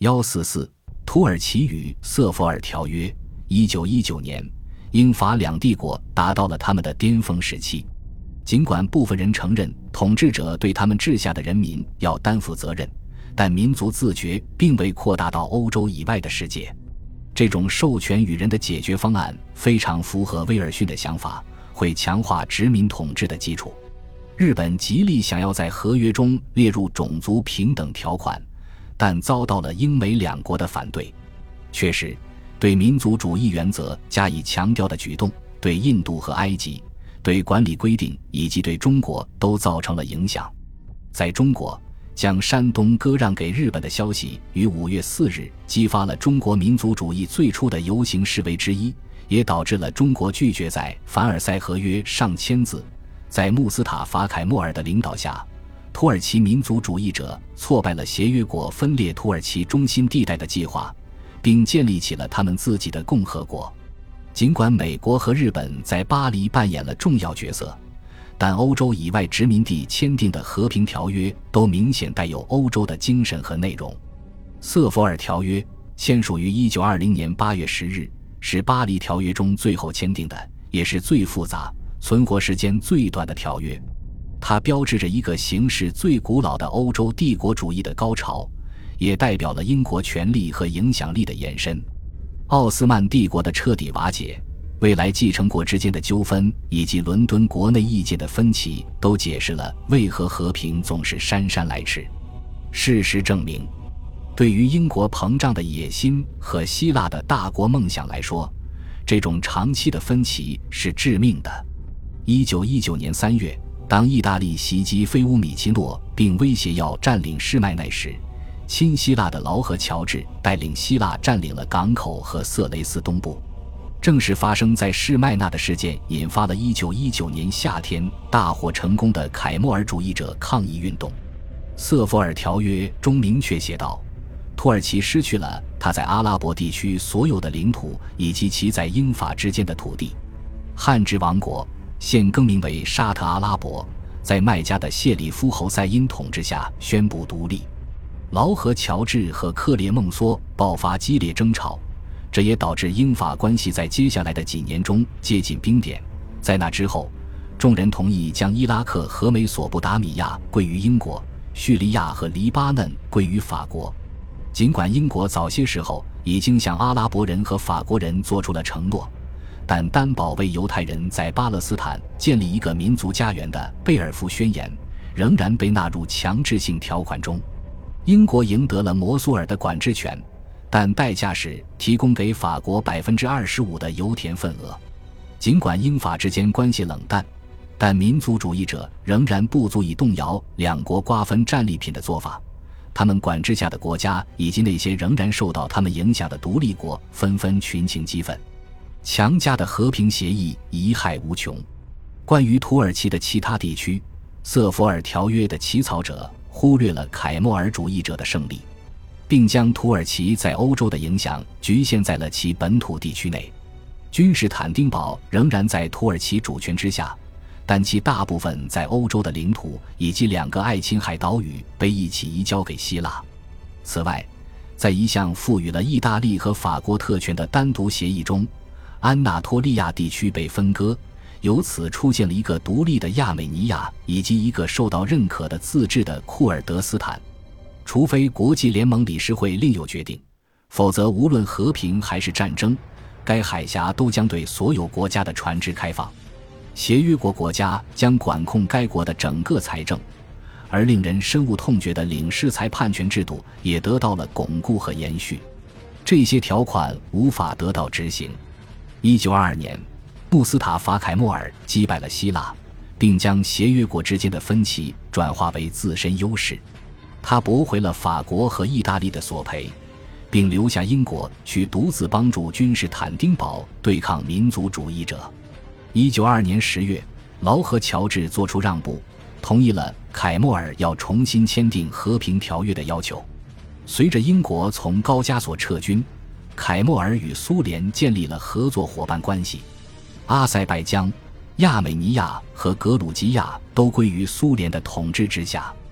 144土耳其与瑟佛尔条约。1919年，英法两帝国达到了他们的巅峰时期。尽管部分人承认统治者对他们治下的人民要担负责任，但民族自觉并未扩大到欧洲以外的世界。这种授权与人的解决方案非常符合威尔逊的想法，会强化殖民统治的基础。日本极力想要在合约中列入种族平等条款，但遭到了英美两国的反对。确实，对民族主义原则加以强调的举动，对印度和埃及、对管理规定以及对中国都造成了影响。在中国，将山东割让给日本的消息于5月4日激发了中国民族主义最初的游行示威之一，也导致了中国拒绝在凡尔赛合约上签字。在穆斯塔法·凯莫尔的领导下，土耳其民族主义者挫败了协约国分裂土耳其中心地带的计划，并建立起了他们自己的共和国。尽管美国和日本在巴黎扮演了重要角色，但欧洲以外殖民地签订的和平条约都明显带有欧洲的精神和内容。瑟佛尔条约签署于1920年8月10日，是巴黎条约中最后签订的，也是最复杂、存活时间最短的条约。它标志着一个形式最古老的欧洲帝国主义的高潮，也代表了英国权力和影响力的延伸。奥斯曼帝国的彻底瓦解，未来继承国之间的纠纷以及伦敦国内意见的分歧，都解释了为何和平总是姗姗来迟。事实证明，对于英国膨胀的野心和希腊的大国梦想来说，这种长期的分歧是致命的。1919年3月，当意大利袭击菲乌米奇诺并威胁要占领士麦奈时，亲希腊的劳合乔治带领希腊占领了港口和色雷斯东部。正是发生在士麦那的事件引发了1919年夏天大获成功的凯莫尔主义者抗议运动。瑟佛尔条约中明确写道，土耳其失去了它在阿拉伯地区所有的领土以及其在英法之间的土地。汉之王国现更名为沙特阿拉伯，在麦加的谢里夫侯赛因统治下宣布独立。劳合乔治和克列孟梭爆发激烈争吵，这也导致英法关系在接下来的几年中接近冰点。在那之后，众人同意将伊拉克和美索不达米亚归于英国，叙利亚和黎巴嫩归于法国。尽管英国早些时候已经向阿拉伯人和法国人做出了承诺，但担保为犹太人在巴勒斯坦建立一个民族家园的贝尔福宣言仍然被纳入强制性条款中。英国赢得了摩苏尔的管制权，但代价是提供给法国 25% 的油田份额。尽管英法之间关系冷淡，但民族主义者仍然不足以动摇两国瓜分战利品的做法。他们管制下的国家以及那些仍然受到他们影响的独立国纷纷群情激愤。强加的和平协议贻害无穷。关于土耳其的其他地区，瑟佛尔条约的起草者忽略了凯莫尔主义者的胜利，并将土耳其在欧洲的影响局限在了其本土地区内。君士坦丁堡仍然在土耳其主权之下，但其大部分在欧洲的领土以及2个爱琴海岛屿被一起移交给希腊。此外，在一项赋予了意大利和法国特权的单独协议中，安纳托利亚地区被分割，由此出现了一个独立的亚美尼亚以及一个受到认可的自治的库尔德斯坦。除非国际联盟理事会另有决定，否则无论和平还是战争，该海峡都将对所有国家的船只开放。协约国国家将管控该国的整个财政，而令人深恶痛绝的领事裁判权制度也得到了巩固和延续。这些条款无法得到执行。1922年，穆斯塔法·凯莫尔击败了希腊，并将协约国之间的分歧转化为自身优势。他驳回了法国和意大利的索赔，并留下英国去独自帮助君士坦丁堡对抗民族主义者。1922年10月，劳合乔治作出让步，同意了凯莫尔要重新签订和平条约的要求。随着英国从高加索撤军，凯莫尔与苏联建立了合作伙伴关系。阿塞拜疆、亚美尼亚和格鲁吉亚都归于苏联的统治之下。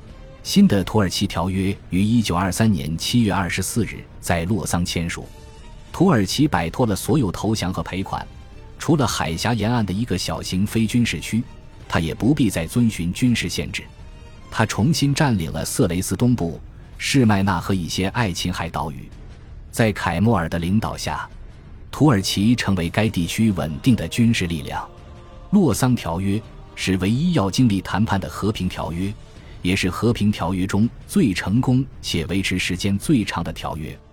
新的土耳其条约于1923年7月24日在洛桑签署。土耳其摆脱了所有投降和赔款，除了海峡沿岸的一个小型非军事区，它也不必再遵循军事限制。它重新占领了色雷斯东部、士麦纳和一些爱琴海岛屿。在凯莫尔的领导下，土耳其成为该地区稳定的军事力量。洛桑条约是唯一要经历谈判的和平条约，也是和平条约中最成功且维持时间最长的条约。